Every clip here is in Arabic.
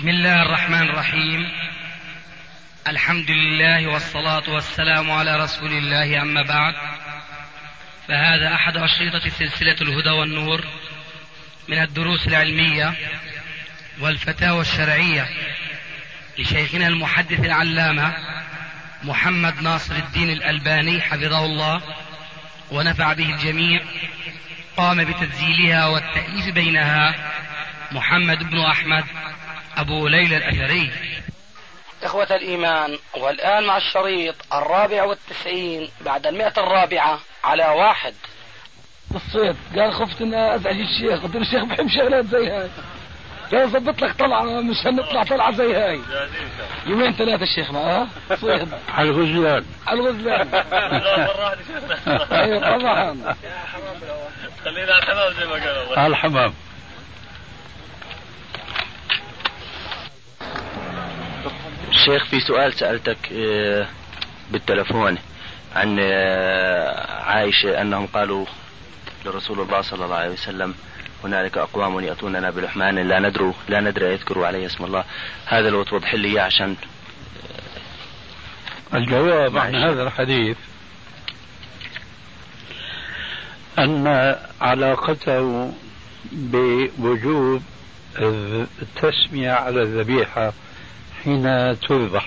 بسم الله الرحمن الرحيم. الحمد لله والصلاة والسلام على رسول الله، أما بعد، فهذا أحد أشرطة سلسلة الهدى والنور من الدروس العلمية والفتاوى الشرعية لشيخنا المحدث العلامة محمد ناصر الدين الألباني حفظه الله ونفع به الجميع. قام بتسجيلها والتأليف بينها محمد بن أحمد أبو ليلى الأثري. إخوة الإيمان، والآن مع الشريط 94 بعد 100 على 1. الصيد قال خفت ان ازعج الشيخ، قلت له الشيخ بحب شغلات زي هاي، قال ظبط لك طلعه مش هنطلع طلعه زي هاي. يومين 3 الشيخ معاه صيد على الغزلان ايوه طبعا. خلينا على الحمام زي ما قالوا. على الحمام. الشيخ، في سؤال سألتك بالتلفون عن عائشة أنهم قالوا لرسول الله صلى الله عليه وسلم: هنالك أقوام يأتوننا بلحمان لا ندري يذكروا عليه اسم الله. هذا لو توضح لي عشان الجواب عن هذا الحديث أن علاقته بوجوب التسمية على الذبيحة حين تذبح،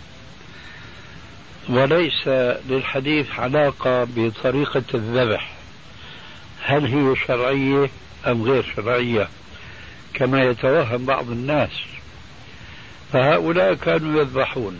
وليس للحديث علاقة بطريقة الذبح، هل هي شرعية أم غير شرعية كما يتوهم بعض الناس. فهؤلاء كانوا يذبحون،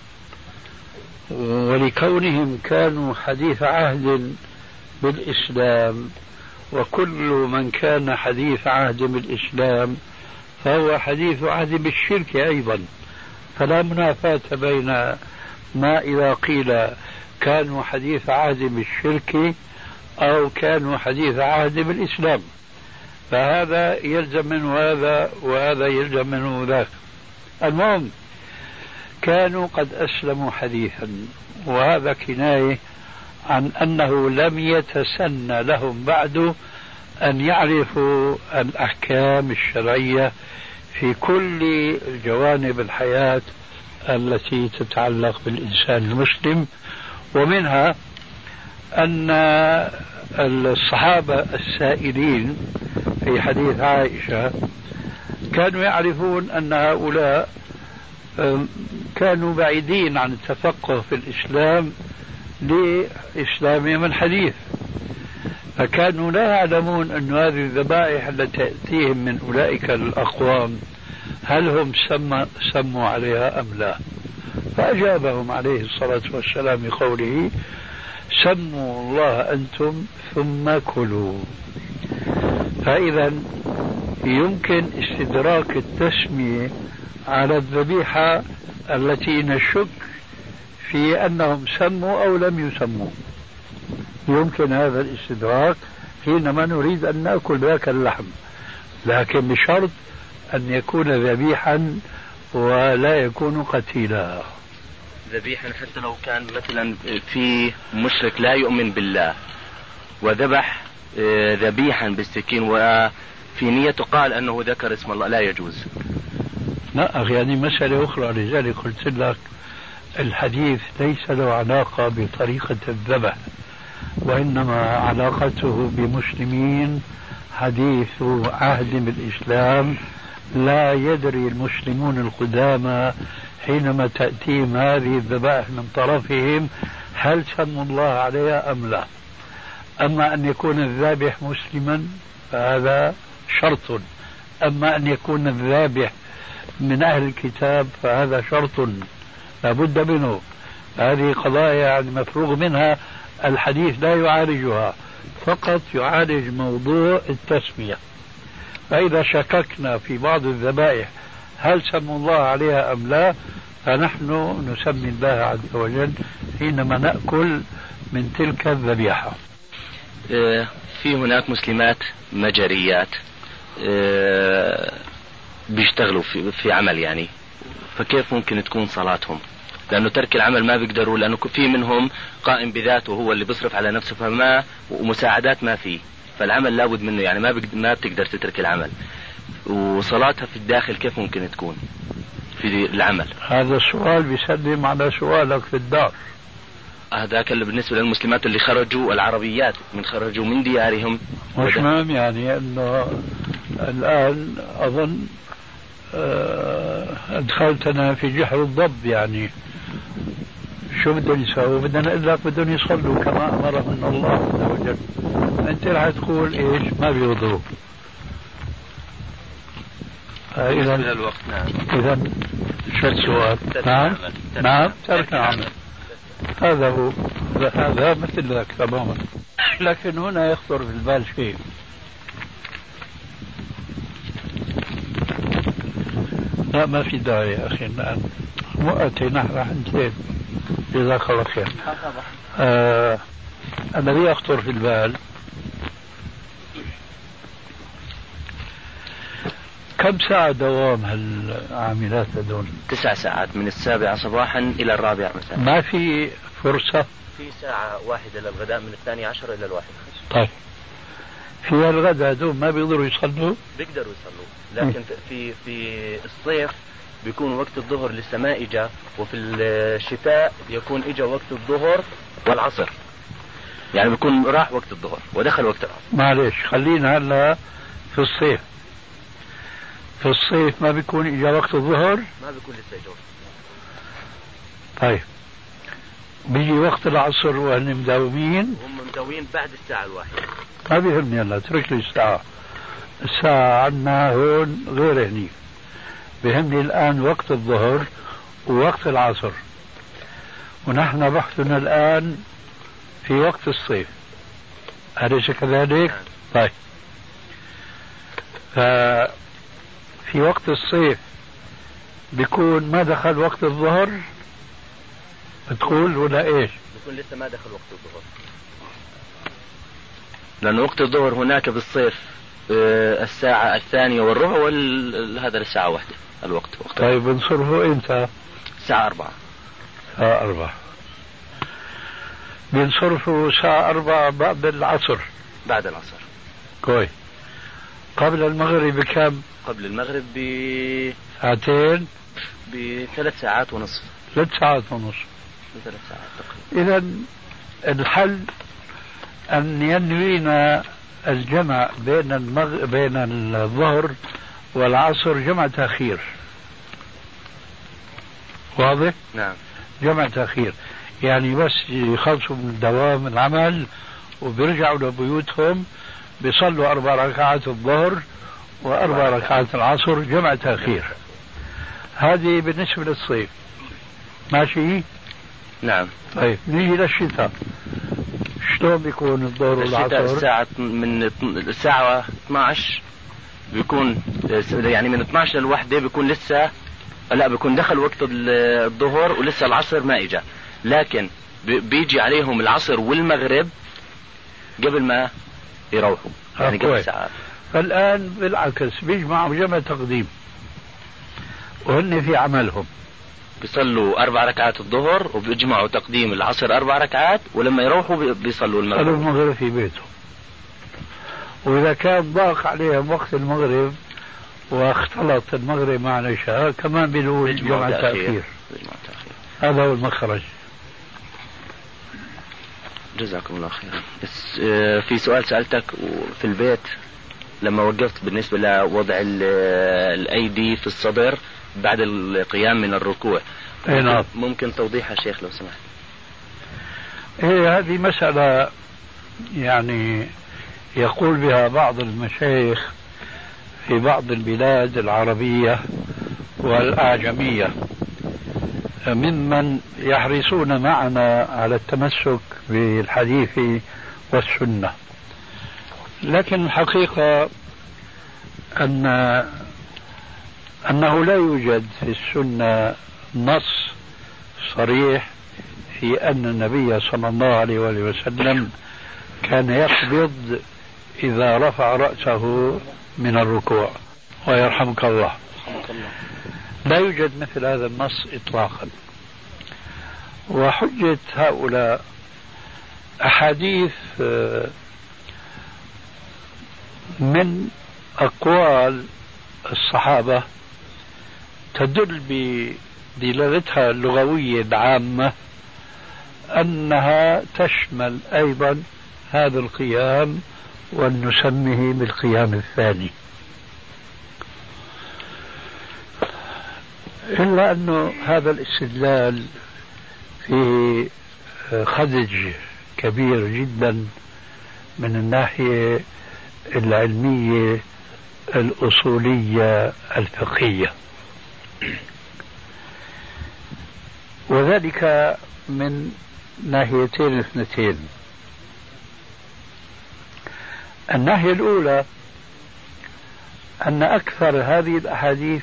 ولكونهم كانوا حديث عهد بالإسلام، وكل من كان حديث عهد بالإسلام فهو حديث عهد بالشرك أيضا، فلا منافاة بين ما إذا قيل كانوا حديث عهد بالشرك أو كانوا حديث عهد بالإسلام، فهذا يلزم منه هذا وهذا يلزم منه ذاك. المهم كانوا قد أسلموا حديثا، وهذا كناية عن أنه لم يتسنى لهم بعد أن يعرفوا الأحكام الشرعية في كل جوانب الحياة التي تتعلق بالإنسان المسلم. ومنها أن الصحابة السائلين في حديث عائشة كانوا يعرفون أن هؤلاء كانوا بعيدين عن التفقه في الإسلام لإسلامهم الحديث، فكانوا لا يعلمون أن هذه الذبائح التي تأتيهم من أولئك الأقوام هل هم سموا عليها أم لا. فأجابهم عليه الصلاة والسلام بقوله: سموا الله أنتم ثم كلوا. فإذا يمكن استدراك التسمية على الذبيحة التي نشك في أنهم سموا أو لم يسموا، يمكن هذا الاستدراك حينما نريد أن نأكل ذاك اللحم، لكن بشرط أن يكون ذبيحا ولا يكون قتيلا. ذبيحا حتى لو كان مثلا في مشرك لا يؤمن بالله وذبح ذبيحا بالسكين وفي نيته قال أنه ذكر اسم الله، لا يجوز. لا أخي، يعني مسألة أخرى، لذلك قلت لك الحديث ليس له علاقة بطريقة الذبح، وإنما علاقته بمسلمين حديث عهد بالإسلام، لا يدري المسلمون القدامى حينما تأتيهم هذه الذبائح من طرفهم هل سموا الله عليها أم لا. أما أن يكون الذابح مسلما فهذا شرط، أما أن يكون الذابح من أهل الكتاب فهذا شرط لا بد منه. هذه قضايا يعني مفروغ منها، الحديث لا يعالجها، فقط يعالج موضوع التسمية. فإذا شككنا في بعض الذبائح هل سموا الله عليها أم لا، فنحن نسمي الله عز وجل حينما نأكل من تلك الذبيحة. في هناك مسلمات مجريات بيشتغلوا في عمل يعني، فكيف ممكن تكون صلاتهم؟ لأنه ترك العمل ما بيقدروا، لأنه في منهم قائم بذاته هو اللي بيصرف على نفسه، فما ومساعدات ما فيه، فالعمل لابد منه يعني ما بتقدر تترك العمل. وصلاتها في الداخل كيف ممكن تكون في العمل؟ هذا السؤال بيسلم على سؤالك في الدار. هذاك اللي بالنسبة للمسلمات اللي خرجوا العربيات خرجوا من ديارهم. مش مهم يعني انه الان اظن ادخلتنا في جحر الضب. يعني شو بدهم يسووا؟ بدنا نقول لك بدهم يصلوا كما امرهم الله عز وجل. انت رح تقول ايش؟ ما بيوضوا. اذا الوقت. نعم. اذا شو السؤال؟ نعم ترك العمل. هذا هو. هذا مثل ذاك تماما. لكن هنا يخطر في البال شيء. لا ما في داعي يا اخي الان وقتي نحن راح ننتهي. جزاك الله خير. الذي يخطر في البال كم ساعة دوام هالعاملات هذول؟ 9 ساعات من 7 صباحا إلى 4 مساء. ما في فرصة؟ في ساعة واحدة للغداء من 12 إلى 1. طيب في الغداء هذول ما بيقدروا يصلوا؟ بيقدروا يصلوا، لكن في الصيف بيكون وقت الظهر لسه ما إجا، وفي الشتاء يكون إجا وقت الظهر والعصر، يعني بيكون راح وقت الظهر ودخل وقت العصر. معلش خلينا هلا في الصيف. في الصيف ما بيكون إجا وقت الظهر؟ ما بيكون لسه إجا. طيب بيجي وقت العصر وهن مداومين؟ هم مداومين بعد الساعة 1. ما بيهمني هلا، اترك لي الساعة عنا هون غير هني. بيهمني الآن وقت الظهر ووقت العصر، ونحن بحثنا الآن في وقت الصيف، أليس كذلك؟ طيب ففي وقت الصيف بيكون ما دخل وقت الظهر بتقول ولا ايش؟ بيكون لسه ما دخل وقت الظهر، لأن وقت الظهر هناك بالصيف الساعة 2:15 هذا الساعة 1 الوقت. طيب بنصرفه امتى؟ الساعة 4. الساعة 4 بنصرفه الساعة 4 بعد العصر. بعد العصر. كويس. قبل المغرب بكم؟ قبل المغرب ساعتين؟ ب3 ساعات ونصف. 3 ساعات ونصف. 3 ساعات تقريبا. إذا الحل أن ينوينا الجمع بين الظهر والعصر جمع تأخير. واضح؟ نعم. جمع تأخير يعني بس يخلصوا من دوام العمل وبيرجعوا لبيوتهم بيصلوا 4 ركعات الظهر و4 ركعات العصر جمع تأخير. هذه بالنسبة للصيف. ماشي؟ نعم. طيب نيجي للشتاء. شلون بيكون الظهر والعصر؟ الساعة من الساعة 12 بيكون، يعني من 12 ل1 بيكون لسه، لا بيكون دخل وقت الظهر ولسه العصر ما اجا، لكن بيجي عليهم العصر والمغرب قبل ما يروحوا، يعني قبل ساعات. فالآن بالعكس بيجمعوا جمع تقديم وهن في عملهم بيصلوا 4 ركعات الظهر وبيجمعوا تقديم العصر 4 ركعات، ولما يروحوا بيصلوا المغرب. صلوا المغرب في بيتهم. وإذا كان ضاق عليهم وقت المغرب واختلط المغرب مع العشاء كمان بيقولوا جمع تأخير. هذا هو المخرج. جزاكم الله خيرا. بس في سؤال سألتك في البيت لما وقفت بالنسبة لوضع الأيدي في الصدر بعد القيام من الركوع. ممكن توضيحها شيخ لو سمحت؟ هذه مسألة يعني يقول بها بعض المشايخ في بعض البلاد العربية والأعجمية ممن يحرصون معنا على التمسك بالحديث والسنة، لكن الحقيقة أنه لا يوجد في السنة نص صريح في أن النبي صلى الله عليه وسلم كان يقبض إذا رفع رأسه من الركوع. ويرحمك الله. لا يوجد مثل هذا النص إطلاقا. وحجة هؤلاء أحاديث من أقوال الصحابة تدل بدلالتها اللغوية العامة أنها تشمل أيضا هذا القيام ونسميه بالقيام الثاني. إلا أنه هذا الاستدلال فيه خدج كبير جدا من الناحية العلمية الأصولية الفقهية، وذلك من ناحيتين اثنتين. الناحية الأولى أن أكثر هذه الأحاديث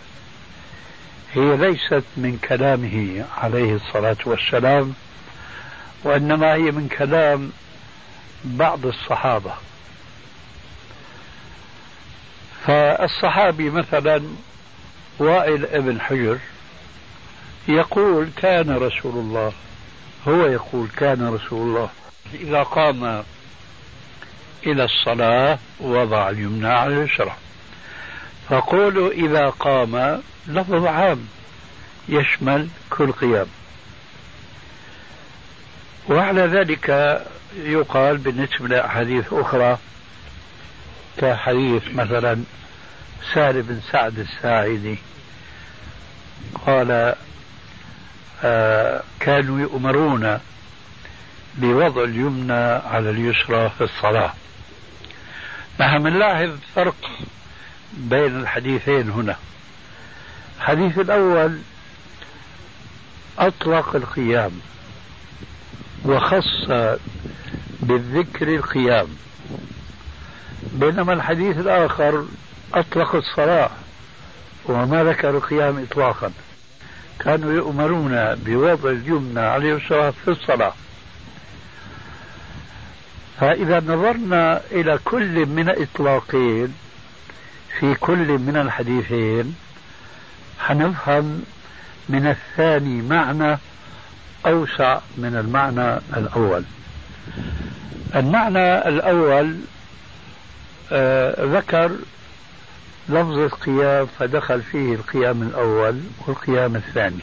هي ليست من كلامه عليه الصلاة والسلام، وإنما هي من كلام بعض الصحابة. فالصحابي مثلا وائل ابن حجر يقول كان رسول الله، هو يقول كان رسول الله إذا قام إلى الصلاة وضع اليمنى على اليسرى. فقولوا إذا قام لفظ عام يشمل كل قيام. وعلى ذلك يقال بالنسبة لأحاديث أخرى كحديث مثلا سهل بن سعد الساعدي قال كانوا يؤمرون بوضع اليمنى على اليسرى في الصلاة. نحن نلاحظ فرق بين الحديثين هنا. الحديث الأول أطلق القيام وخص بالذكر القيام، بينما الحديث الآخر أطلق الصلاة وما ذكر القيام إطلاقا. كانوا يؤمرون بوضع اليمنى على اليسرى في الصلاة. فإذا نظرنا إلى كل من الإطلاقين في كل من الحديثين حنفهم من الثاني معنى أوسع من المعنى الأول. المعنى الأول ذكر لفظ القيام فدخل فيه القيام الأول والقيام الثاني.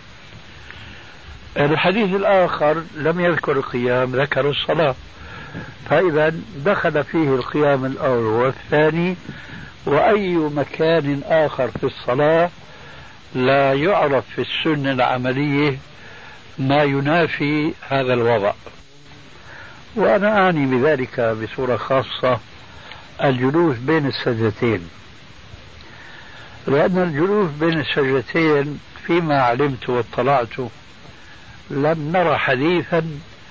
الحديث الآخر لم يذكر القيام، ذكر الصلاة، فإذا دخل فيه القيام الأول والثاني. وأي مكان آخر في الصلاة لا يعرف في السنة العملية ما ينافي هذا الوضع. وأنا أعني بذلك بصورة خاصة الجلوس بين السجدتين، لأن الجلوس بين السجدتين فيما علمت واطلعت لم نرى حديثا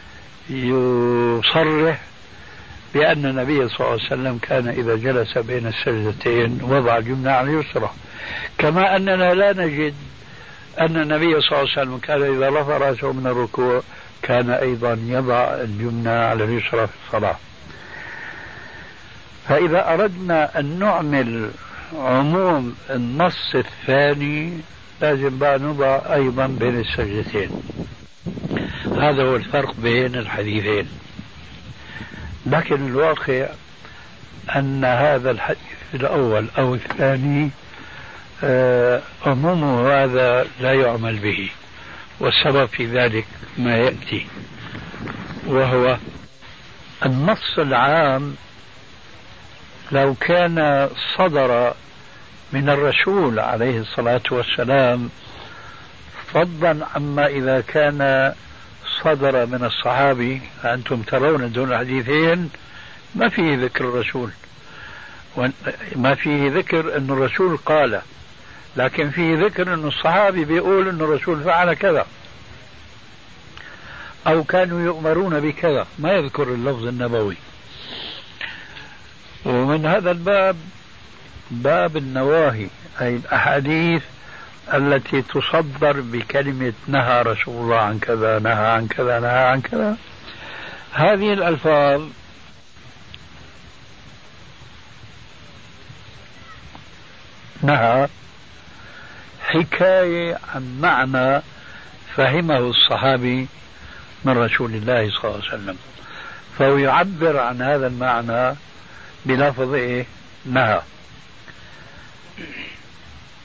يصرح بأن النبي صلى الله عليه وسلم كان إذا جلس بين السجدتين وضع اليمنى على اليسرى، كما أننا لا نجد أن النبي صلى الله عليه وسلم كان إذا رفع رأسه من الركوع كان أيضا يضع اليمنى على اليسرى في الصلاة. فإذا أردنا أن نعمل عموم النص الثاني لازم بقى نضع أيضا بين السجدتين. هذا هو الفرق بين الحديثين. لكن الواقع أن هذا الحديث الأول أو الثاني عمومه هذا لا يعمل به، والسبب في ذلك ما يأتي، وهو النص العام لو كان صدر من الرسول عليه الصلاة والسلام فضلا عما إذا كان صدر من الصحابي. أنتم ترون دون الحديثين ما فيه ذكر الرسول، ما فيه ذكر أن الرسول قال، لكن فيه ذكر أن الصحابي بيقول أن الرسول فعل كذا أو كانوا يؤمرون بكذا، ما يذكر اللفظ النبوي. ومن هذا الباب باب النواهي، أي الأحاديث التي تصدر بكلمة نهى رسول الله عن كذا، نهى عن كذا، نهى عن كذا. هذه الألفاظ نهى حكاية عن معنى فهمه الصحابي من رسول الله صلى الله عليه وسلم، فهو يعبر عن هذا المعنى بلفظ نهى.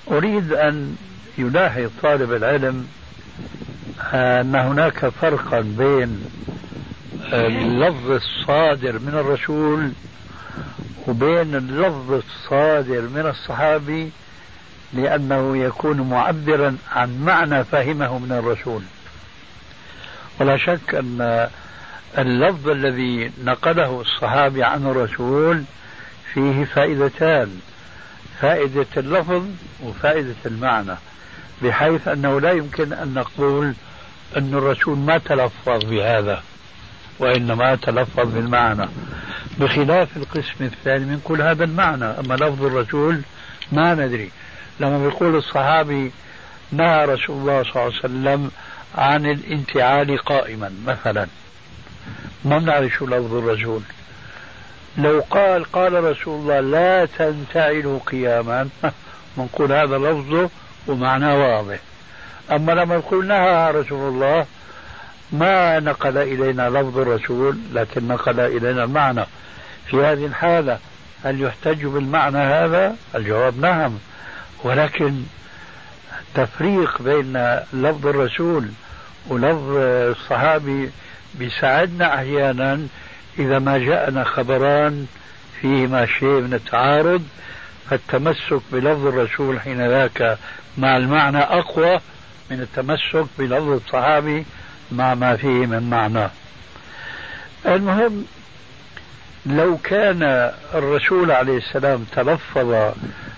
أريد أن يلاحظ طالب العلم أن هناك فرقا بين اللفظ الصادر من الرسول وبين اللفظ الصادر من الصحابي، لأنه يكون معبرا عن معنى فهمه من الرسول. ولا شك أن اللفظ الذي نقله الصحابي عن الرسول فيه فائدتان: فائدة اللفظ وفائدة المعنى، بحيث أنه لا يمكن أن نقول أن الرسول ما تلفظ بهذا وإنما تلفظ بالمعنى، بخلاف القسم الثاني من كل هذا المعنى. أما لفظ الرسول ما ندري. لما يقول الصحابي نهى رسول الله صلى الله عليه وسلم عن الانتعال قائما مثلا، ما بنعرف شو لفظ الرسول. لو قال رسول الله لا تنتعلوا قياما، بنقول هذا لفظه ومعناه واضح. أما لما يقول نهى رسول الله، ما نقل إلينا لفظ الرسول لكن نقل إلينا المعنى. في هذه الحالة هل يحتج بالمعنى هذا؟ الجواب نعم، ولكن التفريق بين لفظ الرسول ولفظ الصحابي بيساعدنا أحيانا إذا ما جاءنا خبران فيهما شيء من التعارض، فالتمسك بلفظ الرسول حين ذاك مع المعنى أقوى من التمسك بلفظ الصحابي مع ما فيه من معنى. المهم، لو كان الرسول عليه السلام تلفظ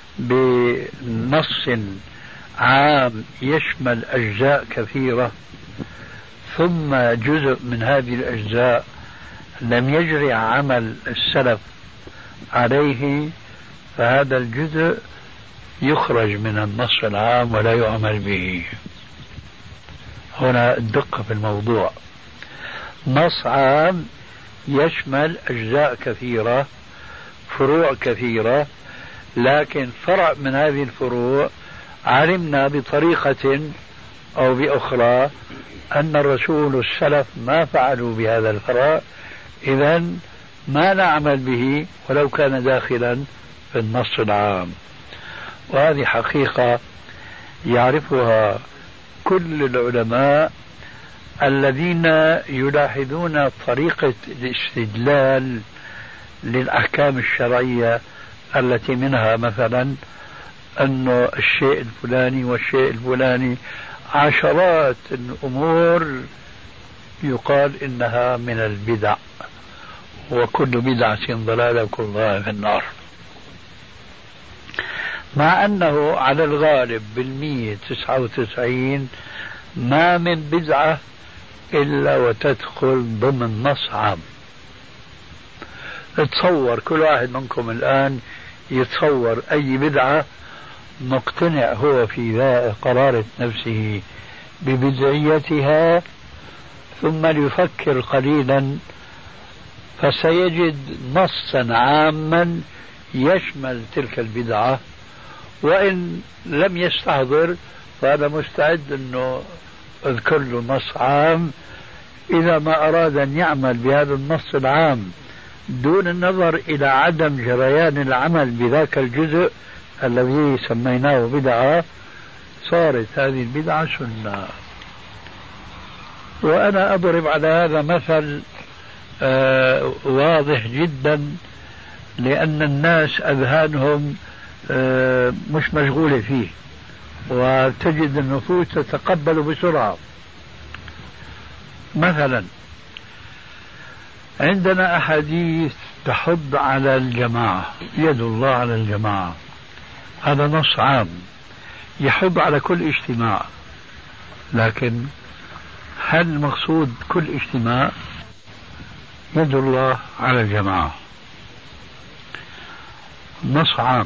بنص عام يشمل أجزاء كثيرة، ثم جزء من هذه الأجزاء لم يجري عمل السلف عليه، فهذا الجزء يخرج من النص العام ولا يعمل به. هنا الدقة في الموضوع. نص عام يشمل أجزاء كثيرة، فروع كثيرة، لكن فرع من هذه الفروع علمنا بطريقة أو بأخرى أن الرسول والسلف ما فعلوا بهذا الفرع، إذن ما نعمل به ولو كان داخلا في النص العام. وهذه حقيقة يعرفها كل العلماء الذين يلاحظون طريقة الاستدلال للأحكام الشرعية، التي منها مثلا أن الشيء الفلاني والشيء الفلاني عشرات الأمور يقال إنها من البدع، وكل بدعة ضلالة وكل ضلالة في النار، مع أنه على الغالب 99 ما من بدعة إلا وتدخل ضمن نص عام. تصور كل واحد منكم الآن يتصور أي بدعة مقتنع هو في قرارة نفسه ببدعيتها، ثم يفكر قليلا فسيجد نصا عاما يشمل تلك البدعة، وإن لم يستحضر فأنا مستعد أنه أذكر له نص عام إذا ما أراد أن يعمل بهذا النص العام دون النظر إلى عدم جريان العمل بذاك الجزء الذي سميناه بدعة، صارت هذه البدعة سنة. وأنا أضرب على هذا مثل واضح جدا، لأن الناس أذهانهم مش مشغولة فيه، وتجد النفوس تتقبل بسرعة. مثلا عندنا أحاديث تحض على الجماعة، يد الله على الجماعة، هذا نص عام يحض على كل اجتماع، لكن هل المقصود كل اجتماع؟ يد الله على الجماعة نص عام.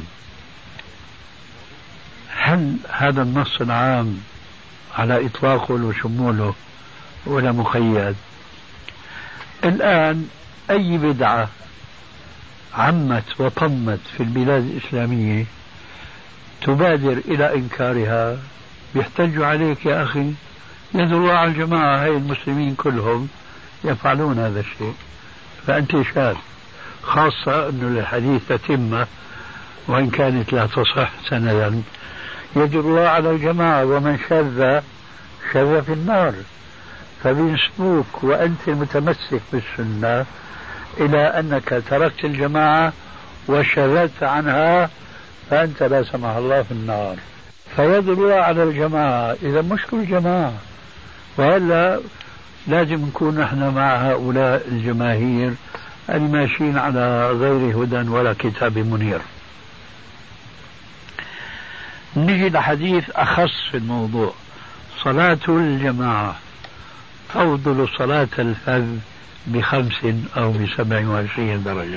هل هذا النص العام على إطلاقه وشموله ولا مقيد؟ الآن أي بدعة عمت وطمت في البلاد الإسلامية تبادر إلى إنكارها، يحتج عليك يا أخي يد الله على الجماعة، هاي المسلمين كلهم يفعلون هذا الشيء، فأنت شاذ، خاصة أنه الحديث تتمة وإن كانت لا تصح سندا، يد الله على الجماعة، ومن شذ شذ في النار. فبينسبوك وأنت متمسك بالسنة إلى أنك تركت الجماعة وشذت عنها، فأنت لا سمح الله في النار. فيد الله على الجماعة، إذا مش كل جماعة. وهلا لازم نكون نحن مع هؤلاء الجماهير الماشيين على غير هدى ولا كتاب منير. نجي لحديث أخص في الموضوع. صلاة الجماعة تفضل صلاة الفذ ب5 أو ب27 درجة.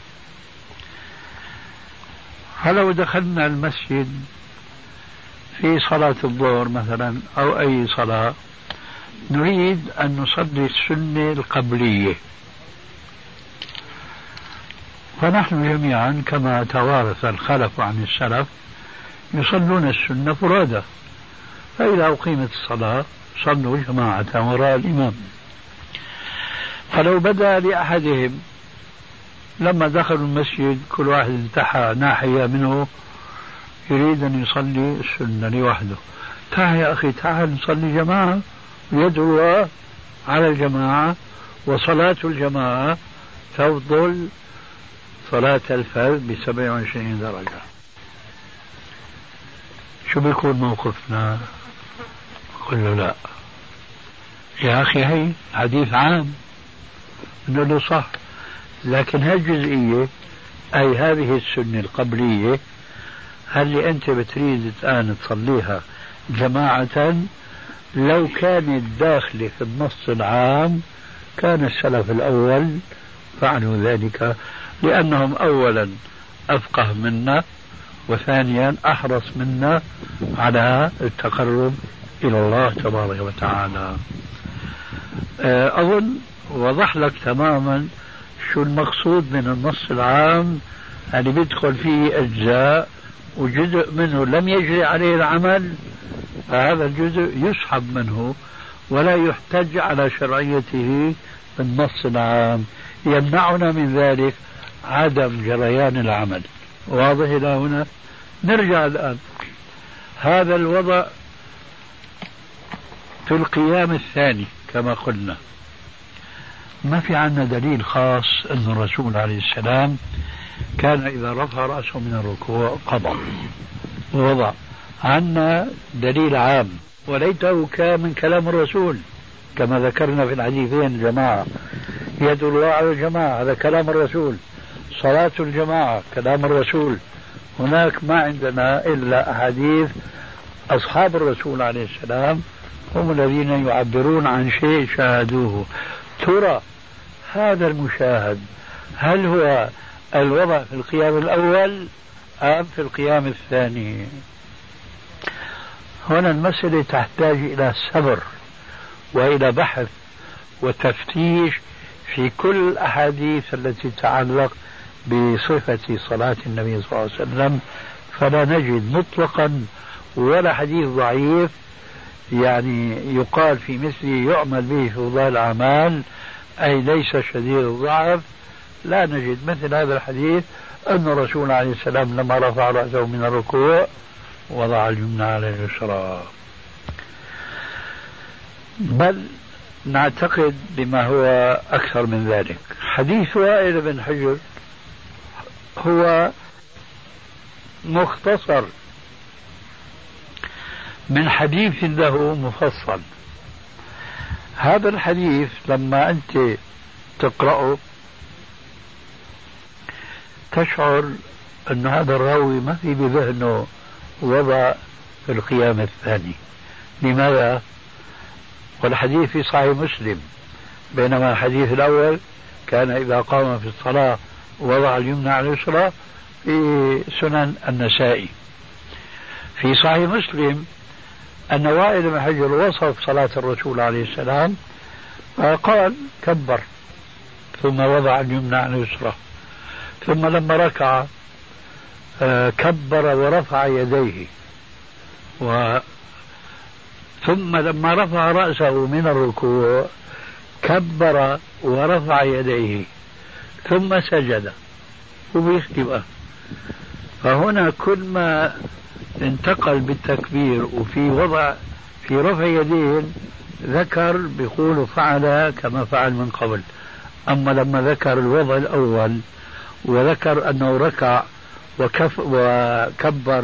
فلو دخلنا المسجد في صلاة الظهر مثلا أو أي صلاة، نريد أن نصلي السنة القبلية، فنحن جميعا كما توارث الخلف عن السلف يصلون السنة فرادى، فإذا أقيمت الصلاة صلوا جماعة وراء الإمام. فلو بدأ لأحدهم لما دخلوا المسجد كل واحد انتحى ناحية منه يريد أن يصلي السنة لوحده، تعال يا أخي تعال نصلي جماعة، يدعو الله على الجماعة، وصلاة الجماعة تفضل صلاة الفرد ب27 درجة. شو بيكون موقفنا؟ قل له لا يا أخي، هي حديث عام، نقول له صح، لكن هالجزئية أي هذه السنة القبلية هل أنت بتريد الآن تصليها جماعة، لو كانت داخلة في النص العام كان السلف الأول فعلوا ذلك، لأنهم أولا أفقه منا، وثانيا أحرص منا على التقرب إلى الله تبارك وتعالى. أظن وضح لك تماما شو المقصود من النص العام، اللي بيدخل فيه أجزاء وجزء منه لم يجري عليه العمل، فهذا الجزء يسحب منه ولا يحتج على شرعيته بالنص العام. يمنعنا من ذلك عدم جريان العمل. واضح إلى هنا؟ نرجع الآن. هذا الوضع في القيام الثاني كما قلنا، ما في عنا دليل خاص أن الرسول عليه السلام كان إذا رفع رأسه من الركوع قضى ووضع. عنا دليل عام وليته كان من كلام الرسول كما ذكرنا في الحديثين الجماعة. يد الله على الجماعة هذا كلام الرسول، صلاة الجماعة كلام الرسول. هناك ما عندنا إلا أحاديث أصحاب الرسول عليه السلام هم الذين يعبرون عن شيء شاهدوه. ترى هذا المشاهد هل هو الوضع في القيام الأول أم في القيام الثاني؟ هنا المسألة تحتاج إلى صبر وإلى بحث وتفتيش في كل الأحاديث التي تتعلق بصفة صلاة النبي صلى الله عليه وسلم، فلا نجد مطلقا ولا حديث ضعيف يعني يقال في مثله يعمل به في فضائل الأعمال أي ليس شديد الضعف. لا نجد مثل هذا الحديث أن الرسول عليه السلام لما رفع رأسه من الركوع وضع اليمنى على اليسرى، بل نعتقد بما هو أكثر من ذلك. حديث وائل بن حجر هو مختصر من حديث له مفصل. هذا الحديث لما أنت تقرأه تشعر أن هذا الراوي ما في بذهنه وضع في القيام الثاني. لماذا؟ والحديث في صحيح مسلم، بينما الحديث الأول كان إذا قام في الصلاة وضع اليمنى على اليسرى في سنن النسائي. في صحيح مسلم أن وائل بن حجر وصف صلاة الرسول عليه السلام قال كبر ثم وضع اليمنى على اليسرى، ثم لما ركع كبر ورفع يديه، ثم لما رفع رأسه من الركوع كبر ورفع يديه ثم سجد وبيختبأ. فهنا كل ما انتقل بالتكبير وفي وضع في رفع يدين ذكر بيقول فعل كما فعل من قبل. أما لما ذكر الوضع الأول وذكر أنه ركع وكبر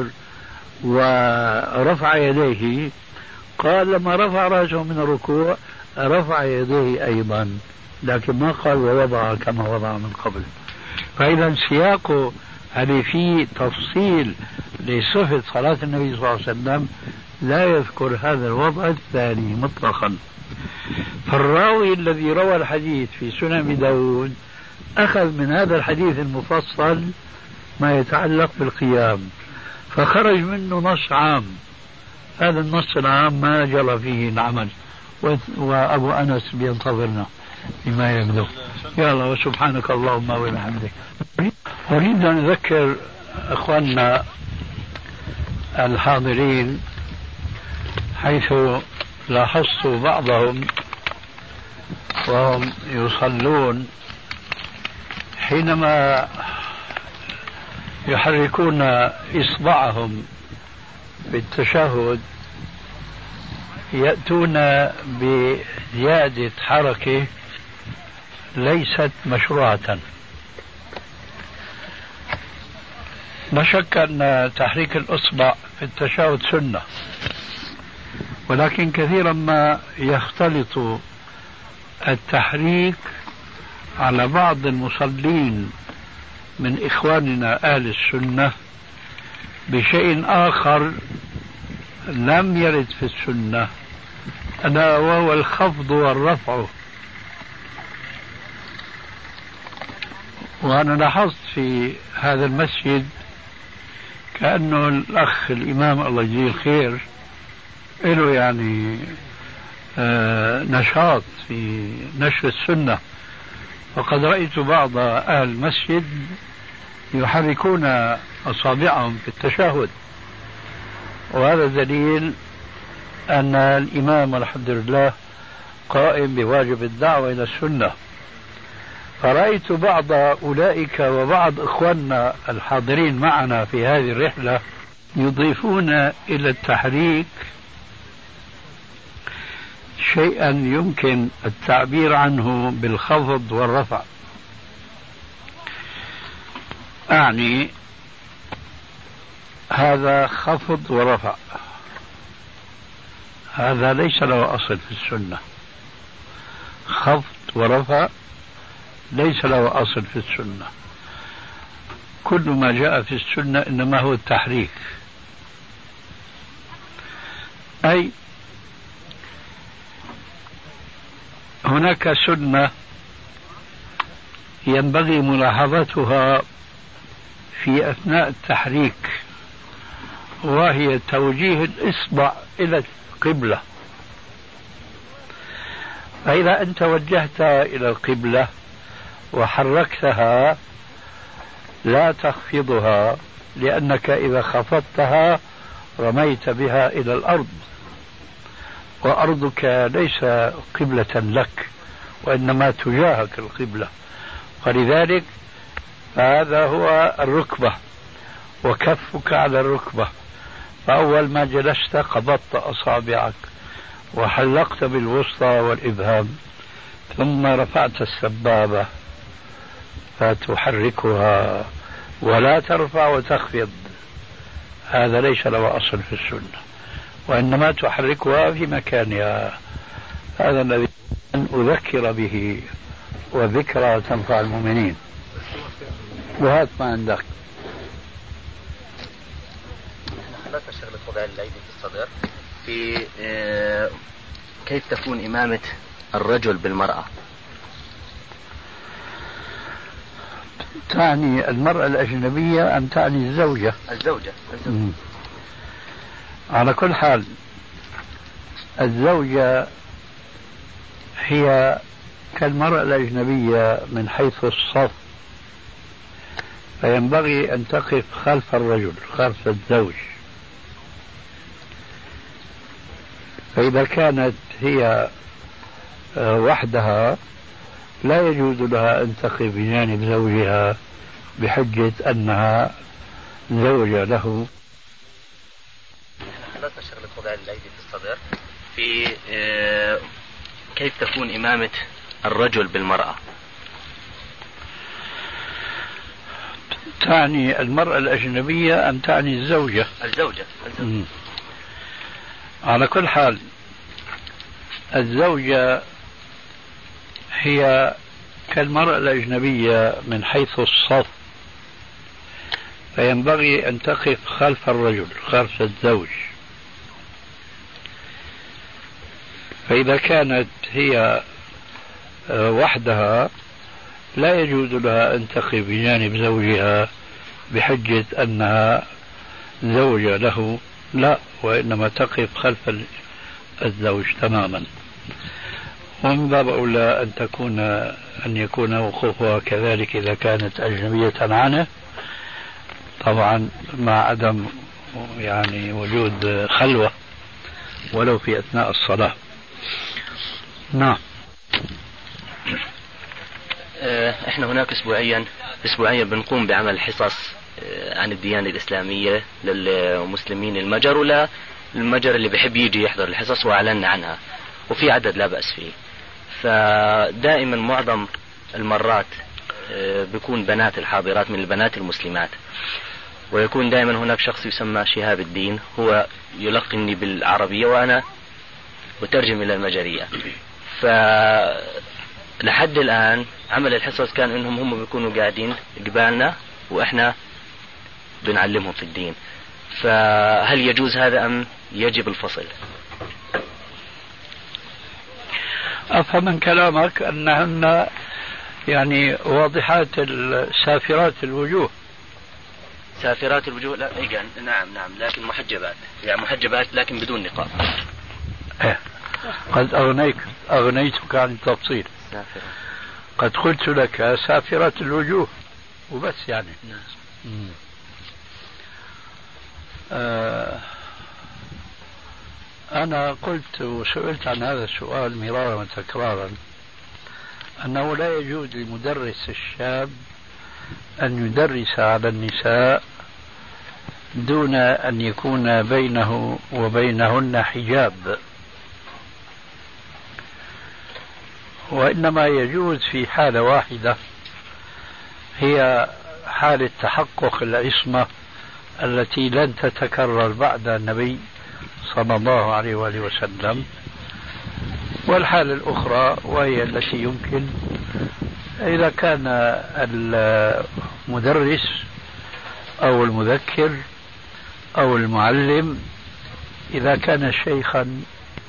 ورفع يديه، قال لما رفع رأسه من الركوع رفع يديه أيضا، لكن ما قال ووضع كما وضع من قبل. فإذا سياقه هذه فيه تفصيل لصفة صلاة النبي صلى الله عليه وسلم، لا يذكر هذا الوضع الثاني مطلقا. فالراوي الذي روى الحديث في سنن أبي داود أخذ من هذا الحديث المفصل ما يتعلق بالقيام، فخرج منه نص عام. هذا النص العام ما جرى فيه العمل، وأبو أنس بينتظرنا بما يبدو. يا الله، وسبحانك اللهم وبحمدك. أريد أن أذكر أخواننا الحاضرين، حيث لاحظت بعضهم وهم يصلون حينما يحركون إصبعهم بالتشهد يأتون بزيادة حركة ليست مشروعة. لا شك أن تحريك الإصبع في التشهد سنة، ولكن كثيرا ما يختلط التحريك على بعض المصلين من إخواننا أهل السنة بشيء آخر لم يرد في السنة، ألا وهو الخفض والرفع. وأنا لاحظت في هذا المسجد كأنه الأخ الإمام الله يجزيه الخير له يعني نشاط في نشر السنة، وقد رأيت بعض أهل المسجد يحركون أصابعهم في التشهد، وهذا دليل أن الإمام والحمد لله قائم بواجب الدعوة إلى السنة. فرأيت بعض أولئك وبعض إخواننا الحاضرين معنا في هذه الرحلة يضيفون إلى التحريك شيئا يمكن التعبير عنه بالخفض والرفع. أعني هذا خفض ورفع، هذا ليس له أصل في السنة. خفض ورفع ليس له أصل في السنة. كل ما جاء في السنة إنما هو التحريك، أي هناك سنة ينبغي ملاحظتها في أثناء التحريك، وهي توجيه الإصبع إلى القبلة. فإذا أنت وجهتها إلى القبلة وحركتها لا تخفضها، لأنك إذا خفضتها رميت بها إلى الأرض، وأرضك ليس قبلة لك وإنما تجاهك القبلة. ولذلك فهذا هو الركبة، وكفك على الركبة. فأول ما جلست قبضت أصابعك وحلقت بالوسطى والإبهام، ثم رفعت السبابة فتحركها ولا ترفع وتخفض. هذا ليس له أصل في السنة، وإنما تحركها في مكانها. هذا الذي أذكر به، وذكرى تنفع المؤمنين. وهات ما عندك. حضرتك شغلة وضع الأيدي في الصدر، في كيف تكون إمامة الرجل بالمرأة؟ تعني المرأة الأجنبية أم تعني الزوجة؟ الزوجة. على كل حال الزوجة هي كالمرأة الأجنبية من حيث الصف، فينبغي أن تقف خلف الرجل، خلف الزوج. فإذا كانت هي وحدها لا يجوز لها أن تقف بجانب زوجها بحجة أنها زوجة له. الأيدي في الصدر في كيف تكون إمامة الرجل بالمرأة؟ تعني المرأة الأجنبية أم تعني الزوجة؟ الزوجة. على كل حال الزوجة هي كالمرأة الأجنبية من حيث الصف، فينبغي أن تقف خلف الرجل، خلف الزوج. فإذا كانت هي وحدها لا يجوز لها أن تقف بجانب زوجها بحجة أنها زوجة له، لا، وإنما تقف خلف الزوج تماما. ومن باب أولى أن يكون وقوفها كذلك إذا كانت أجنبية عنه، طبعا مع عدم يعني وجود خلوة ولو في أثناء الصلاة. نعم. احنا هناك اسبوعيا بنقوم بعمل حصص عن الديانة الإسلامية للمسلمين المجر ولا المجر اللي بيحب يجي يحضر الحصص، وأعلنا عنها وفي عدد لا بأس فيه. فدائما معظم المرات بيكون بنات الحاضرات من البنات المسلمات، ويكون دائما هناك شخص يسمى شهاب الدين، هو يلقني بالعربية وأنا أترجم إلى المجرية. فلحد الآن عمل الحصص كان إنهم هم بيكونوا قاعدين قبالنا وإحنا بنعلمهم في الدين. فهل يجوز هذا أم يجب الفصل؟ أفهم من كلامك أنهن يعني واضحات سافرات الوجوه. سافرات الوجوه، لا نعم لكن محجبات، يعني محجبات لكن بدون نقاب. قد أغنيتك عن التفصيل. قد قلت لك سافرات الوجوه وبس يعني. أنا قلت وسئلت عن هذا السؤال مرارا وتكرارا أنه لا يجوز للمدرس الشاب أن يدرس على النساء دون أن يكون بينه وبينهن حجاب، وإنما يجوز في حالة واحدة، هي حالة تحقق العصمة التي لن تتكرر بعد النبي صلى الله عليه وآله وسلم. والحالة الأخرى وهي التي يمكن إذا كان المدرس أو المذكر أو المعلم إذا كان شيخا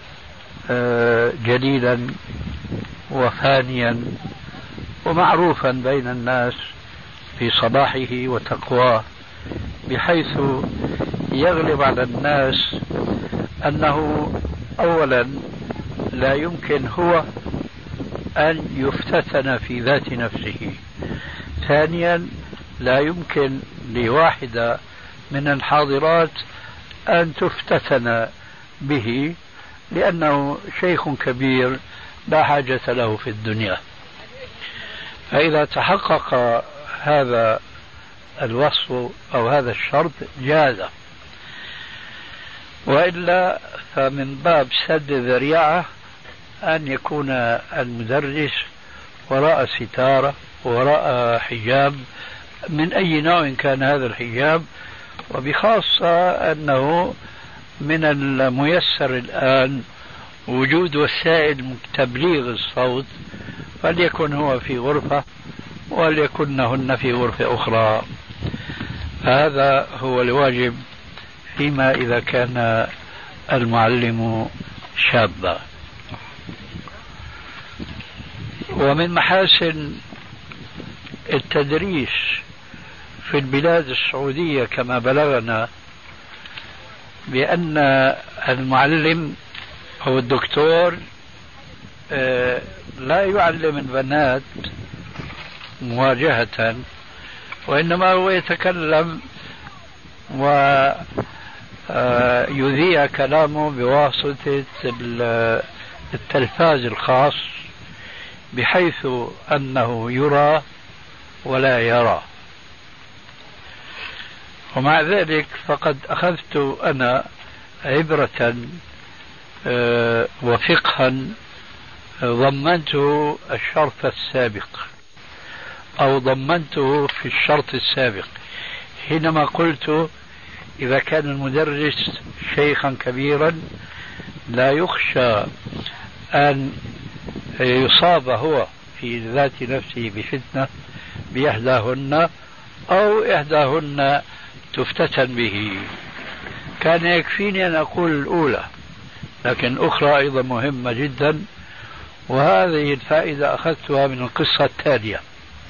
جليلا وفانيا ومعروفا بين الناس في صلاحه وتقواه، بحيث يغلب على الناس أنه أولا لا يمكن هو أن يفتتن في ذات نفسه، ثانيا لا يمكن لواحدة من الحاضرات أن تفتتن به لأنه شيخ كبير لا حاجة له في الدنيا. فإذا تحقق هذا الوصف أو هذا الشرط جاز، وإلا فمن باب سد الذريعة أن يكون المدرس وراء ستارة وراء حجاب من أي نوع كان هذا الحجاب، وبخاصة أنه من الميسر الآن وجود وسائل تبليغ الصوت، فليكن هو في غرفة وليكنهن في غرفة أخرى. هذا هو الواجب فيما إذا كان المعلم شابا. ومن محاسن التدريس في البلاد السعودية كما بلغنا بأن المعلم أو الدكتور لا يعلم البنات مواجهة، وإنما هو يتكلم ويذيع كلامه بواسطة التلفاز الخاص بحيث أنه يرى ولا يرى. ومع ذلك فقد أخذت أنا عبرة وفقها ضمنته الشرط السابق أو ضمنته في الشرط السابق حينما قلت إذا كان المدرس شيخا كبيرا لا يخشى أن يصاب هو في ذات نفسه بفتنة بإحداهن أو إحداهن تفتتن به. كان يكفيني أن أقول الأولى، لكن أخرى أيضا مهمة جدا، وهذه الفائدة أخذتها من القصة التالية.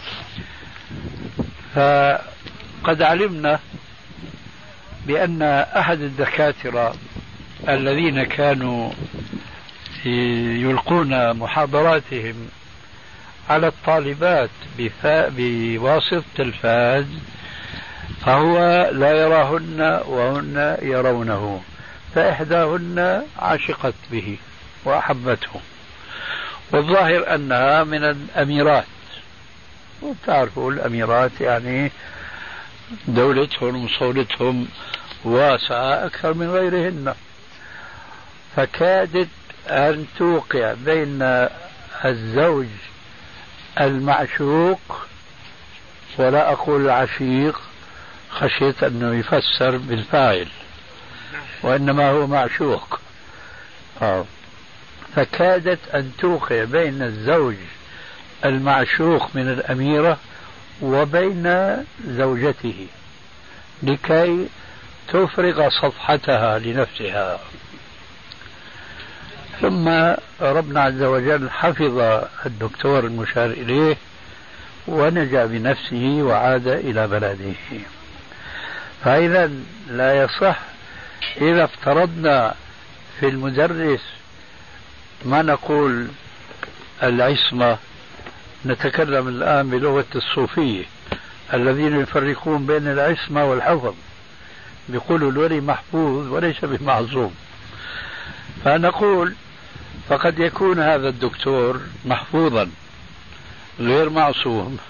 فقد علمنا بأن أحد الدكاترة الذين كانوا يلقون محاضراتهم على الطالبات بواسطة التلفاز فهو لا يراهن وهن يرونه، فإحداهن عشقت به وأحبته، والظاهر أنها من الأميرات، وتعرفوا الأميرات يعني دولتهم وصولتهم واسعة أكثر من غيرهن، فكادت أن توقع بين الزوج المعشوق، ولا أقول العشيق خشيت أنه يفسر بالفاعل، وإنما هو معشوق. فكادت أن توقع بين الزوج المعشوق من الأميرة وبين زوجته لكي تفرغ صفحتها لنفسها. ثم ربنا عز وجل حفظ الدكتور المشار إليه ونجا بنفسه وعاد إلى بلده. فإذا لا يصح إذا افترضنا في المدرس ما نقول العصمة، نتكلم الآن بلغة الصوفية الذين يفرقون بين العصمة والحفظ، بيقولوا الولي محفوظ وليس بمعصوم، فنقول فقد يكون هذا الدكتور محفوظا غير معصوم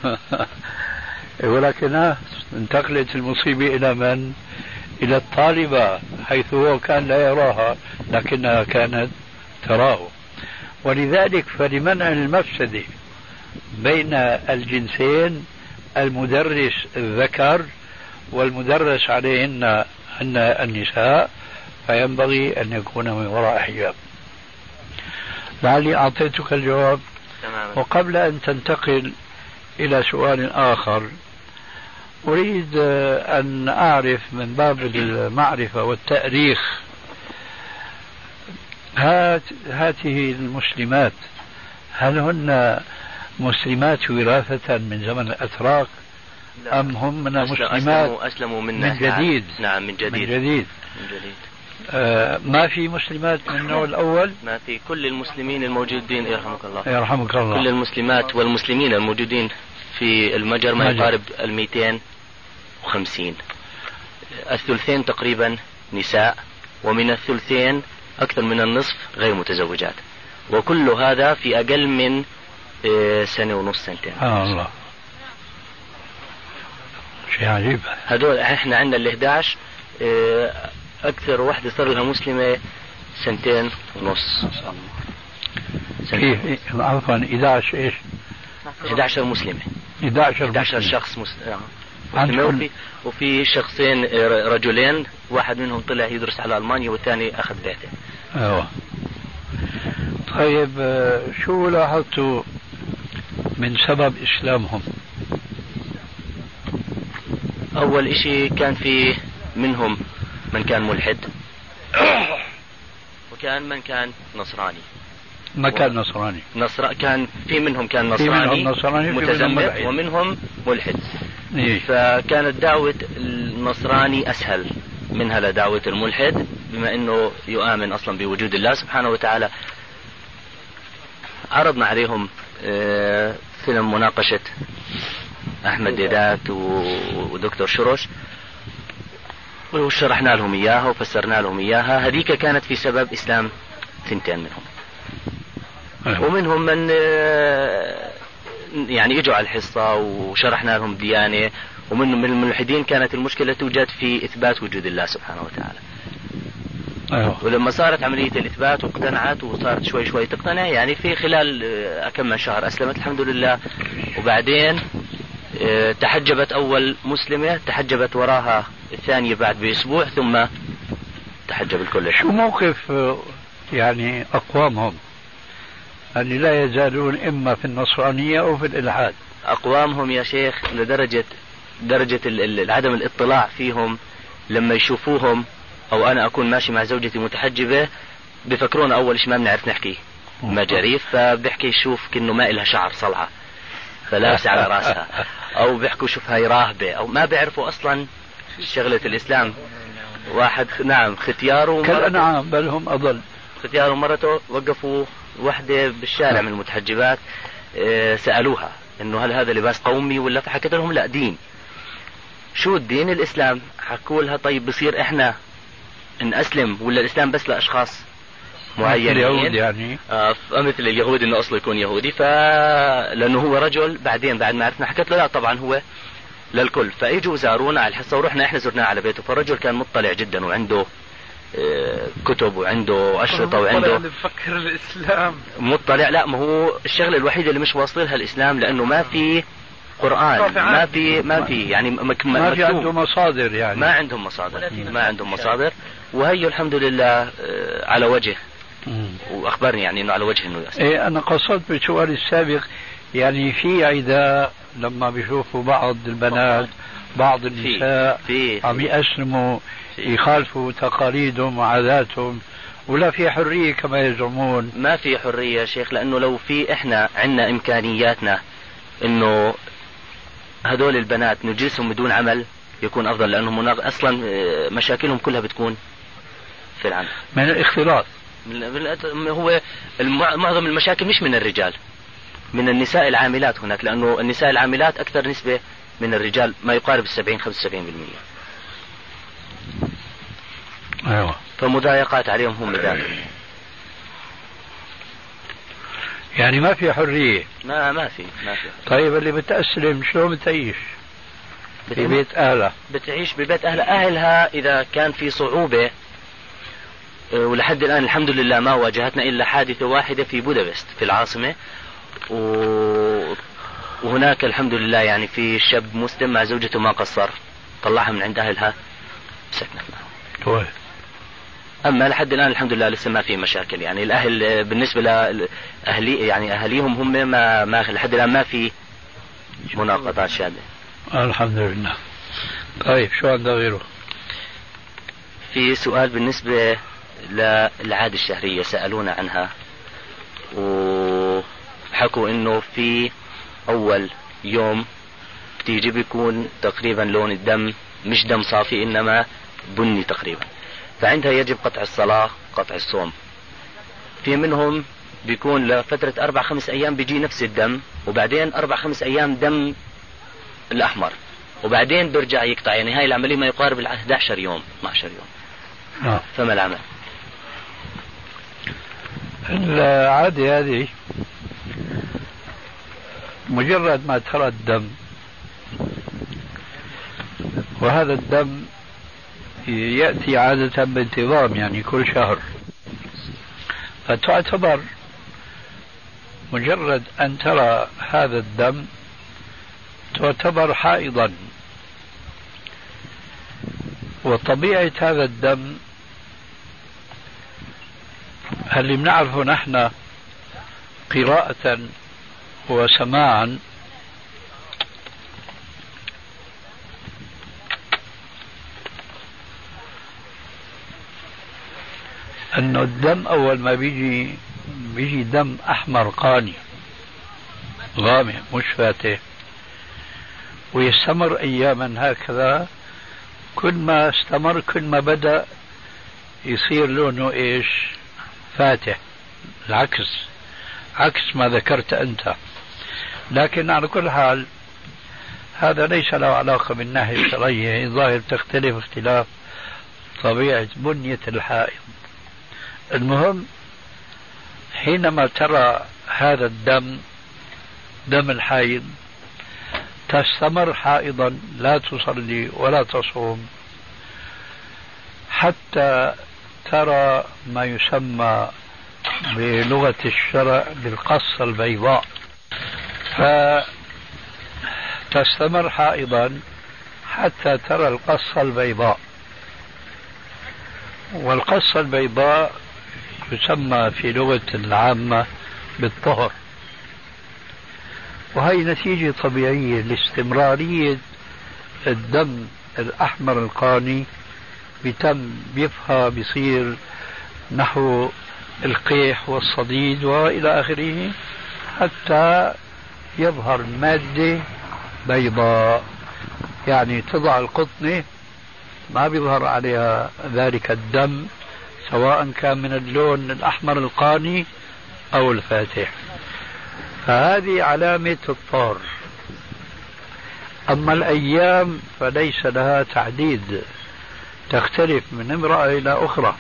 ولكن انتقلت المصيبة إلى من؟ إلى الطالبة، حيث هو كان لا يراها لكنها كانت تراه. ولذلك فلمنع المفسدة بين الجنسين المدرس الذكر والمدرس عليهن النساء فينبغي أن يكون من وراء حجاب. لعلي أعطيتك الجواب. وقبل أن تنتقل إلى سؤال آخر أريد أن أعرف من باب المعرفة والتأريخ، هذه المسلمات هل هن مسلمات وراثة من زمن الأتراك أم هم من المسلمات أسلموا من جديد؟ نعم من جديد. ما في مسلمات من النوع الأول؟ ما في. كل المسلمين الموجودين يرحمك الله كل المسلمات والمسلمين الموجودين في المجر ما يقارب 250. الثلثين تقريبا نساء، ومن الثلثين أكثر من النصف غير متزوجات، وكل هذا في أقل من سنة ونص سنتين. الله، شيء عجيب. هذول احنا عندنا ال11 أكثر واحدة صار لها مسلمة 2.5 سنة. عفوا 11 إيش؟ 11 مسلمة. 11 شخص مسلم. وفي شخصين رجلين، واحد منهم طلع يدرس على ألمانيا والثاني أخذ بعثة. أيوة. طيب شو لاحظتوا من سبب إسلامهم؟ أول إشي كان في منهم من كان ملحد وكان من كان نصراني. كان في منهم كان نصراني متزمت ومنهم ملحد. فكانت دعوة النصراني أسهل منها لدعوة الملحد، بما أنه يؤمن أصلا بوجود الله سبحانه وتعالى. عرضنا عليهم فيلم مناقشة أحمد ديدات ودكتور شروش، وشرحنا لهم إياها وفسرنا لهم إياها. هذيك كانت في سبب إسلام 2 منهم. ومنهم من يعني اجوا على الحصة وشرحنا لهم ديانة. ومن الملحدين كانت المشكلة توجد في إثبات وجود الله سبحانه وتعالى. ولما صارت عملية الإثبات واقتنعت وصارت شوي شوي تقتنع، يعني في خلال كم من شهر أسلمت الحمد لله. وبعدين تحجبت أول مسلمة، تحجبت وراها الثانية بعد بأسبوع، ثم تحجب الكل. شو موقف يعني أقوامهم اللي لا يزالون إما في النصرانية أو في الإلحاد؟ أقوامهم يا شيخ لدرجة عدم الاطلاع فيهم، لما يشوفوهم أو أنا أكون ماشي مع زوجتي متحجبة بفكرون أول شيء ما بنعرف نحكي مجاريف، فبحكي شوف كأنه ما إلها شعر صلعة فلابسة على راسها، أو بيحكوا شوف هاي راهبة، أو ما بيعرفوا أصلا شغلة الإسلام. واحد نعم ختياره كالأنعام بل هم أضل. ختياره ومرته وقفوا وحدة بالشارع من المتحجبات، سألوها إنه هل هذا لباس قومي ولا، فحكت لهم لا دين. شو الدين؟ الإسلام. حكوا لها طيب بصير إحنا نأسلم ولا الإسلام بس لأشخاص معينين؟ اليهود يعني مثل اليهود إنه أصله يكون يهودي، لأنه هو رجل. بعدين بعد ما عرفنا حكت له لا طبعا هو للكل. فاجوا زارونا على الحصة ورحنا احنا زرناه على بيته، فالرجل كان مطلع جدا وعنده كتب وعنده أشرطة وعنده بفكر الإسلام مطلع. لا ما هو الشغلة الوحيدة اللي مش واصلها الإسلام لأنه ما في قرآن، ما في يعني ما في عندهم مصادر، يعني ما عندهم مصادر. وهي الحمد لله على وجه، وأخبرني يعني إنه على وجه إنه يأسلم. إيه أنا قصدت بالسؤال السابق يعني في عداء لما بيشوفوا بعض البنات بعض النساء عم يأسلموا يخالفوا تقاليدهم وعاداتهم، ولا في حرية كما يزعمون؟ ما في حرية يا شيخ، لأنه لو في إحنا عندنا إمكانياتنا إنه هذول البنات نجلسهم بدون عمل يكون أفضل، لأنهم أصلا مشاكلهم كلها بتكون في العمل من الاختلاط. هو معظم المشاكل مش من الرجال، من النساء العاملات هناك، لأنه النساء العاملات أكثر نسبة من الرجال، ما يقارب 70-75%. أيوة. فمضايقات عليهم هم ذلك. يعني ما في حرية. ما في. طيب اللي بتأسلم شلون بتعيش؟ في بيت أهلها. بتعيش ببيت أهلها إذا كان في صعوبة. ولحد الآن الحمد لله ما واجهتنا إلا حادثة واحدة في بودابست في العاصمة، وهناك الحمد لله يعني في شاب مسلم مع زوجته ما قصر، طلعها من عند أهلها سكنت معهم. أما لحد الآن الحمد لله لسه ما في مشاكل، يعني الأهل بالنسبة لأهلي يعني أهليهم هم ما لحد الآن ما في مناقضات شادة الحمد لله. طيب شو عندنا غيره؟ في سؤال بالنسبة للعادة الشهرية سألونا عنها، وحكوا إنه في أول يوم بتيجي بيكون تقريبا لون الدم مش دم صافي إنما بني تقريبا، فعندها يجب قطع الصلاة قطع الصوم. في منهم بيكون لفترة 4-5 أيام بيجي نفس الدم، وبعدين 4-5 أيام دم الأحمر، وبعدين برجع يقطع، يعني هاي العملية ما يقارب 11 يوم 12 يوم. فما العمل؟ العادة هذه مجرد ما ترى الدم، وهذا الدم يأتي عادة بانتظام يعني كل شهر، فتعتبر مجرد أن ترى هذا الدم تعتبر حائضا. وطبيعة هذا الدم اللي بنعرفه نحن قراءة وسماعا أنه الدم أول ما بيجي دم أحمر قاني غامق مش فاتح، ويستمر أياما هكذا. كل ما استمر كل ما بدأ يصير لونه إيش؟ فاتح، العكس عكس ما ذكرت أنت. لكن على كل حال هذا ليس له علاقة بالناحية الشرعية، الظاهر تختلف اختلاف طبيعة بنية الحائض. المهم حينما ترى هذا الدم دم الحائض تستمر حائضا، لا تصلي ولا تصوم حتى ترى ما يسمى بلغة الشرع بالقصة البيضاء، فتستمر حائضا حتى ترى القصة البيضاء. والقصة البيضاء تسمى في لغة العامة بالطهر، وهي نتيجة طبيعية لاستمرارية الدم الأحمر القاني بتم بيفها بيصير نحو القيح والصديد وإلى آخره حتى يظهر مادة بيضاء. يعني تضع القطنة ما بيظهر عليها ذلك الدم، سواء كان من اللون الأحمر القاني أو الفاتح، فهذه علامة الطهر. أما الأيام فليس لها تعديد، تختلف من امرأة إلى أخرى.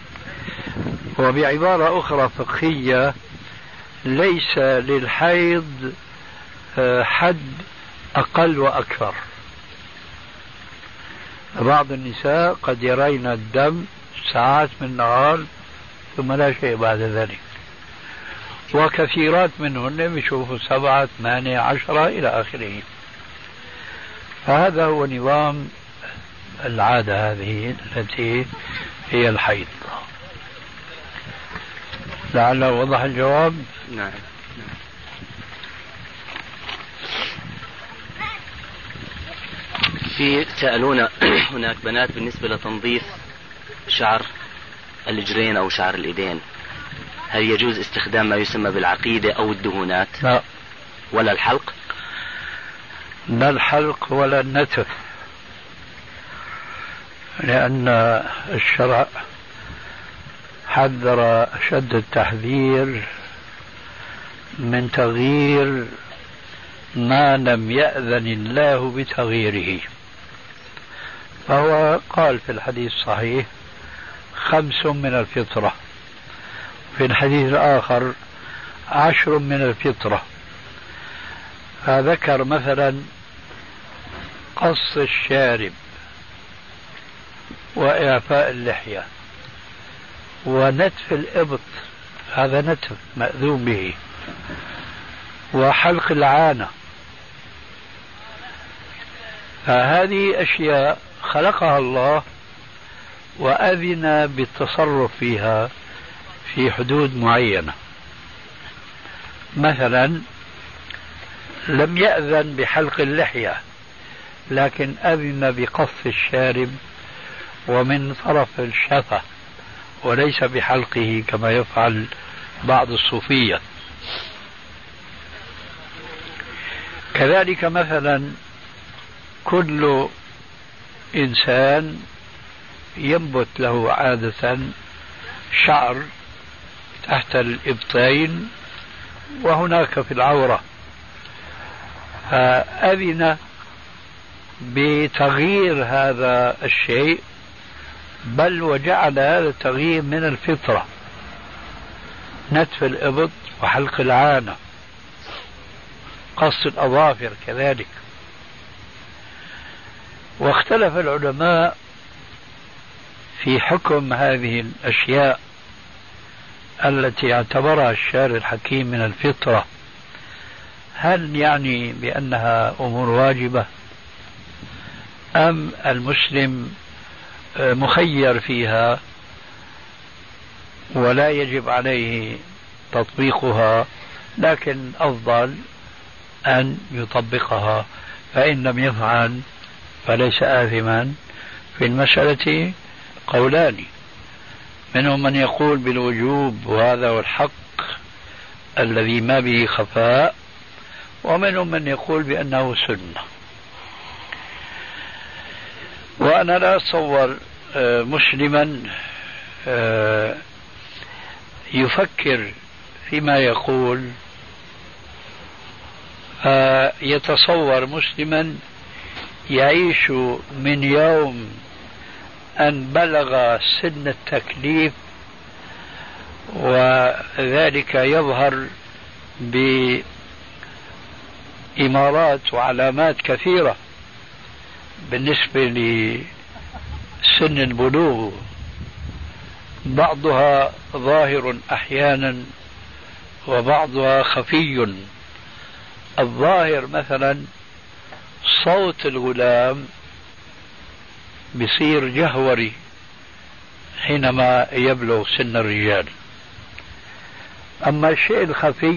وبعبارة أخرى فقهية، ليس للحيض حد أقل وأكثر. بعض النساء قد يرين الدم ساعات من النهار ثم لا شيء بعد ذلك، وكثيرات منهن بيشوفوا 7 8 10 إلى آخره. فهذا هو نظام العادة هذه التي هي الحيض. لعله وضح الجواب. نعم. في سألونا هناك بنات بالنسبة لتنظيف شعر الرجلين أو شعر الإيدين، هل يجوز استخدام ما يسمى بالعقيدة أو الدهونات؟ لا، ولا الحلق؟ لا الحلق ولا النتف، لأن الشرع حذر أشد التحذير من تغيير ما لم يأذن الله بتغييره. فهو قال في الحديث الصحيح 5 من الفطرة، في الحديث الآخر 10 من الفطرة. فذكر مثلا قص الشارب وإعفاء اللحية ونتف الإبط، هذا نتف مأذون به، وحلق العانة. فهذه أشياء خلقها الله وأذن بالتصرف فيها في حدود معينة. مثلا لم يأذن بحلق اللحية، لكن أذن بقص الشارب ومن طرف الشفة، وليس بحلقه كما يفعل بعض الصوفية. كذلك مثلا كل إنسان ينبت له عادة شعر تحت الإبطين وهناك في العورة، فأذن بتغيير هذا الشيء، بل وجعل هذا التغيير من الفطرة، نتف الإبط وحلق العانة، قص الأظافر كذلك. واختلف العلماء في حكم هذه الأشياء التي اعتبرها الشارع الحكيم من الفطرة، هل يعني بأنها أمور واجبة أم المسلم مخير فيها ولا يجب عليه تطبيقها، لكن أفضل أن يطبقها، فإن لم يفعل فليس آثما. في المسألة قولان، منهم من يقول بالوجوب وهذا هو الحق الذي ما به خفاء، ومنهم من يقول بأنه سنة. وأنا لا أتصور مسلما يفكر فيما يقول، يتصور مسلما يعيش من يوم أن بلغ سن التكليف، وذلك يظهر بإمارات وعلامات كثيرة بالنسبة لسن البلوغ، بعضها ظاهر أحيانا وبعضها خفي. الظاهر مثلا صوت الغلام بصير جهوري حينما يبلغ سن الرجال. أما الشيء الخفي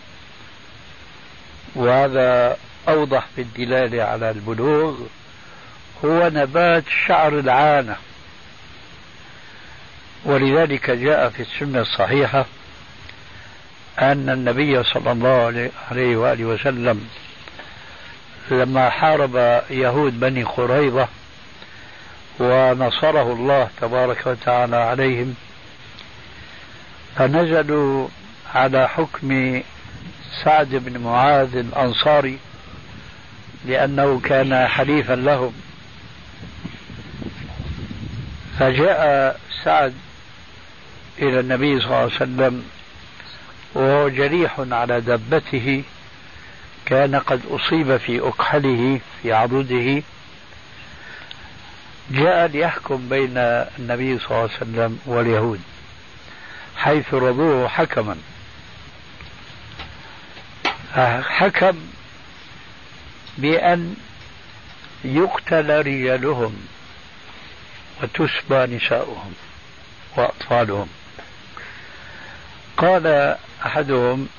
وهذا أوضح في الدلالة على البلوغ هو نبات شعر العانة. ولذلك جاء في السنة الصحيحة أن النبي صلى الله عليه وآله وسلم لما حارب يهود بني قريظة ونصره الله تبارك وتعالى عليهم فنزلوا على حكم سعد بن معاذ الأنصاري لأنه كان حليفا لهم. فجاء سعد إلى النبي صلى الله عليه وسلم وهو جريح على دبته، كان قد أصيب في أكحله في عضده. جاء ليحكم بين النبي صلى الله عليه وسلم واليهود حيث رضوه حكما. حكم بأن يقتل رجالهم وتسبى نساؤهم وأطفالهم. قال أحدهم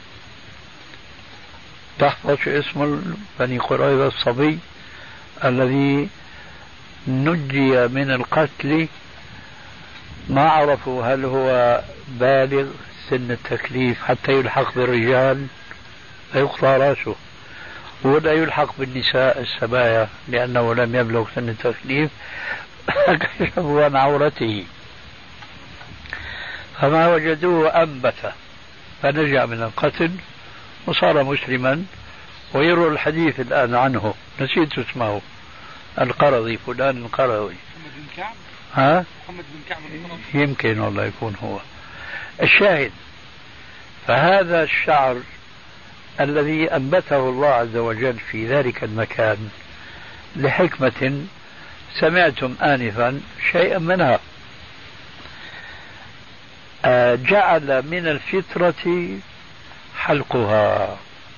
تحفظ اسم بني قريظة الصبي الذي نجي من القتل، ما عرفوا هل هو بالغ سن التكليف حتى يلحق بالرجال فيقطع راسه، ولا يلحق بالنساء السبايا لأنه لم يبلغ سن التكليف كشفوا عن عورته، فما وجدوه أنبت فنجا من القتل وصار مسلما. ويروى الحديث الآن عنه، نسيت اسمه، القرظي، فلان القرظي. محمد بن كعب. ها؟ محمد بن كعب القرظي. يمكن والله يكون هو. الشاهد فهذا الشعر الذي أنبته الله عز وجل في ذلك المكان لحكمة سمعتم آنفا شيئا منها، جعل من الفطرة حلقها.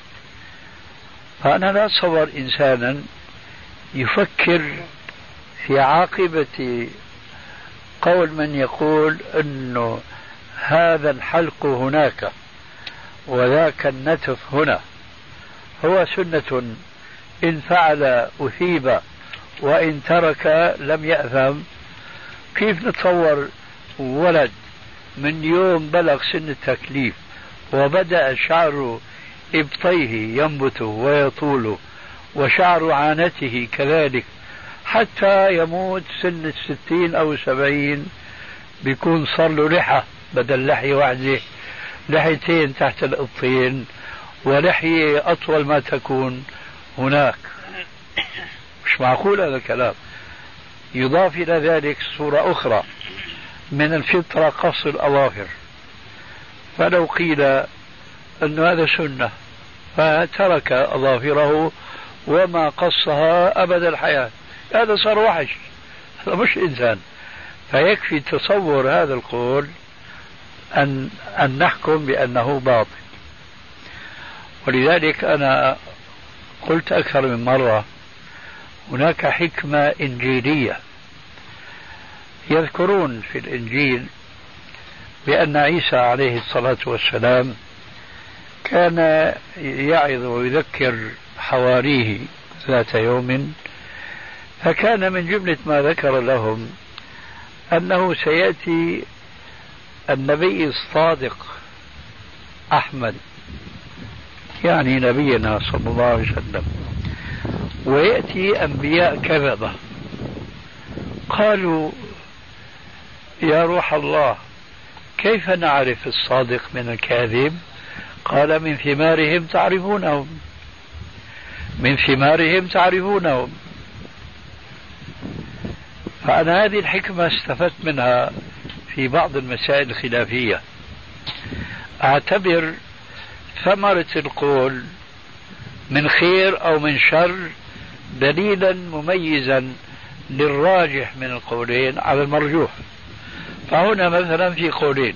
فأنا لا أتصور إنسانا يفكر في عاقبة قول من يقول أنه هذا الحلق هناك وذاك النتف هنا هو سنة، إن فعل أثيب وإن ترك لم يأثم. كيف نتصور ولد من يوم بلغ سن التكليف وبدأ شعر إبطيه ينبت ويطول وشعر عانته كذلك حتى يموت سن 60 أو 70 بيكون صار له لحى بدل لحية واحدة، لحيتين تحت الإبطين ولحية أطول ما تكون هناك. مش معقول هذا الكلام. يضاف إلى ذلك صورة أخرى من الفطرة قص الأظافر، فلو قيل أن هذا سنة فترك أظافره وما قصها أبد الحياة، هذا صار وحش، هذا مش إنسان. فيكفي تصور هذا القول أن نحكم بأنه باطل. ولذلك أنا قلت أكثر من مرة هناك حكمة إنجيلية. يذكرون في الإنجيل بأن عيسى عليه الصلاة والسلام كان يعظ ويذكر حواريه ذات يوم، فكان من جملة ما ذكر لهم أنه سيأتي النبي الصادق أحمد، يعني نبينا صلى الله عليه وسلم، ويأتي أنبياء كذبة. قالوا يا روح الله كيف نعرف الصادق من الكاذب؟ قال من ثمارهم تعرفونهم، من ثمارهم تعرفونهم. فأنا هذه الحكمة استفدت منها في بعض المسائل الخلافية. أعتبر ثمرة القول من خير أو من شر دليلا مميزا للراجح من القولين على المرجوح. فهنا مثلا في قولين: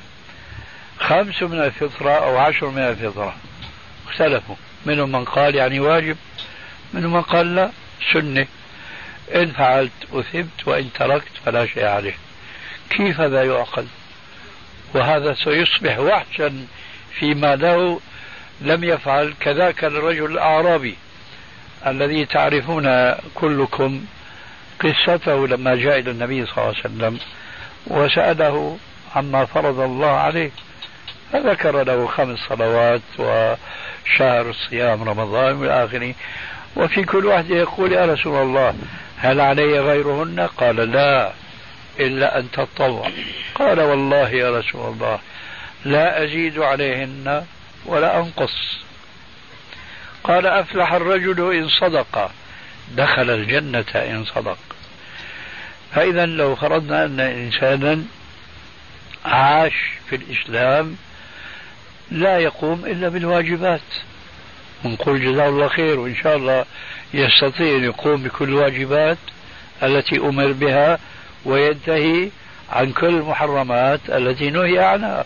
5 من الفطرة أو 10 من الفطرة، اختلفوا، منهم من قال يعني واجب، منهم من قال لا سنة، إن فعلت أثبت وإن تركت فلا شيء عليه. كيف هذا يعقل؟ وهذا سيصبح وحشا فيما له لم يفعل. كذاك الرجل الأعرابي الذي تعرفون كلكم قصته لما جاء إلى النبي صلى الله عليه وسلم وسأله عما فرض الله عليه، فذكر له 5 صلوات وشهر صيام رمضان والآخر، وفي كل واحد يقول: يا رسول الله هل علي غيرهن؟ قال: لا، إلا أن تتطوع. قال: والله يا رسول الله لا أزيد عليهن ولا أنقص. قال: أفلح الرجل إن صدق، دخل الجنة إن صدق. فإذا لو فرضنا أن إنسانا عاش في الإسلام لا يقوم إلا بالواجبات، ونقول جزاه الله خير، وإن شاء الله يستطيع أن يقوم بكل الواجبات التي أمر بها وينتهي عن كل المحرمات التي نهي عنها.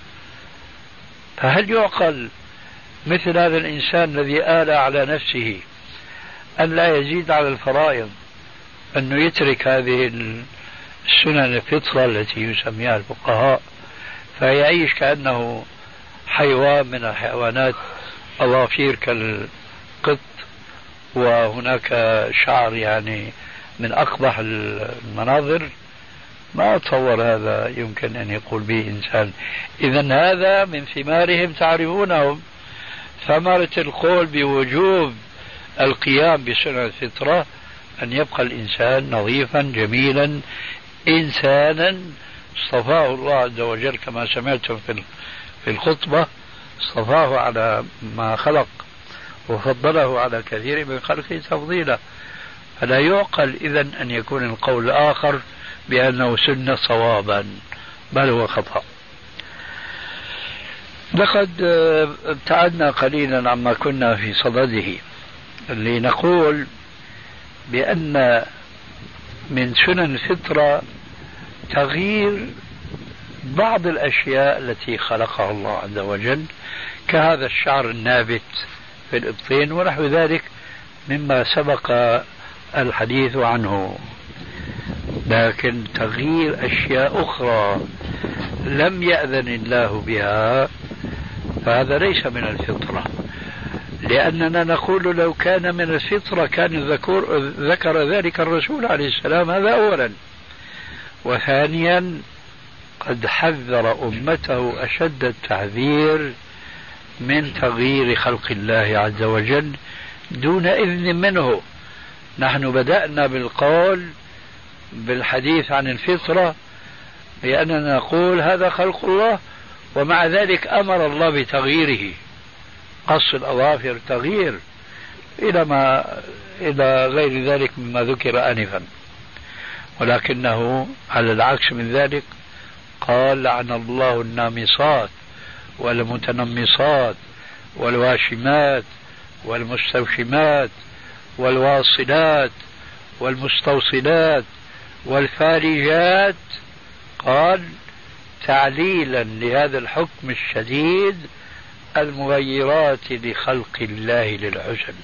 فهل يعقل مثل هذا الإنسان الذي آل على نفسه أن لا يزيد على الفرائض أنه يترك هذه السنن الفطرة التي يسميها الفقهاء فيعيش كأنه حيوان من الحيوانات، أظافير كالقط وهناك شعر يعني من أقبح المناظر؟ ما أتصور هذا يمكن أن يقول به إنسان. إذن هذا من ثمارهم تعرفونهم، ثمرة القول بوجوب القيام بسنة الفطرة أن يبقى الإنسان نظيفا جميلا إنسانا اصطفاه الله عز وجل كما سمعتم في الخطبة، اصطفاه على ما خلق وفضله على كثير من خلقه تفضيلا. فلا يعقل إذن أن يكون القول الآخر بأنه سنة صوابا، بل هو خطأ. لقد ابتعدنا قليلا عما كنا في صدده لنقول بأن من سنن الفطرة تغيير بعض الأشياء التي خلقها الله عز وجل، كهذا الشعر النابت في الإبطين ونحو ذلك مما سبق الحديث عنه. لكن تغيير أشياء أخرى لم يأذن الله بها فهذا ليس من الفطرة، لأننا نقول لو كان من الفطرة كان ذكر ذلك الرسول عليه السلام. هذا أولا. وثانيا قد حذر أمته أشد التحذير من تغيير خلق الله عز وجل دون إذن منه. نحن بدأنا بالقول بالحديث عن الفطرة لأننا نقول هذا خلق الله، ومع ذلك أمر الله بتغييره. قص الأظافر تغيير إلى غير ذلك مما ذكر آنفا، ولكنه على العكس من ذلك قال: لعن الله النامصات والمتنمصات والواشمات والمستوشمات والواصلات والمستوصلات والفارجات. قال تعليلا لهذا الحكم الشديد: المغيرات لخلق الله للحسن.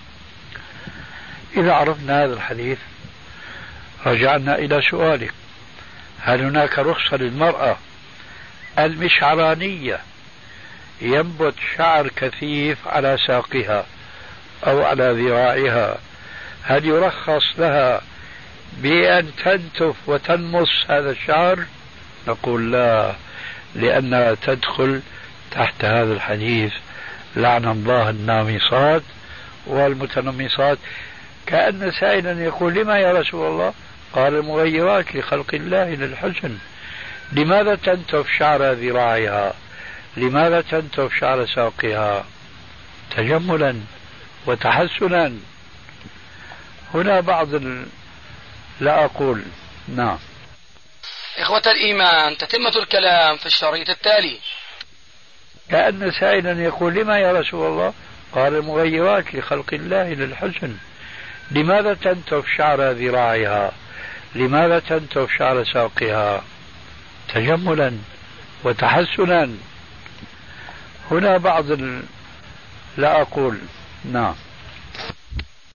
إذا عرفنا هذا الحديث رجعنا إلى سؤالك: هل هناك رخصة للمرأة المشعرانية ينبت شعر كثيف على ساقها أو على ذراعها، هل يرخص لها بأن تنتف وتنمص هذا الشعر؟ نقول لا، لأنها تدخل تحت هذا الحديث: لعن الله النامصات والمتنمصات. كأن سائلا يقول: لما يا رسول الله؟ قال: المغيرات لخلق الله للحسن. لماذا تنتف شعر ذراعها؟ لماذا تنتف شعر ساقها؟ تجملا وتحسنا. هنا بعض لا أقول. نعم. إخوة الإيمان، تتمة الكلام في الشريط التالي. كأن سائلا يقول: لما يا رسول الله؟ قال: المغيرات لخلق الله للحسن. لماذا تنتف شعر ذراعها؟ لماذا تنتف شعر ساقها؟ تجملا وتحسنا. هنا بعض لا أقول نعم.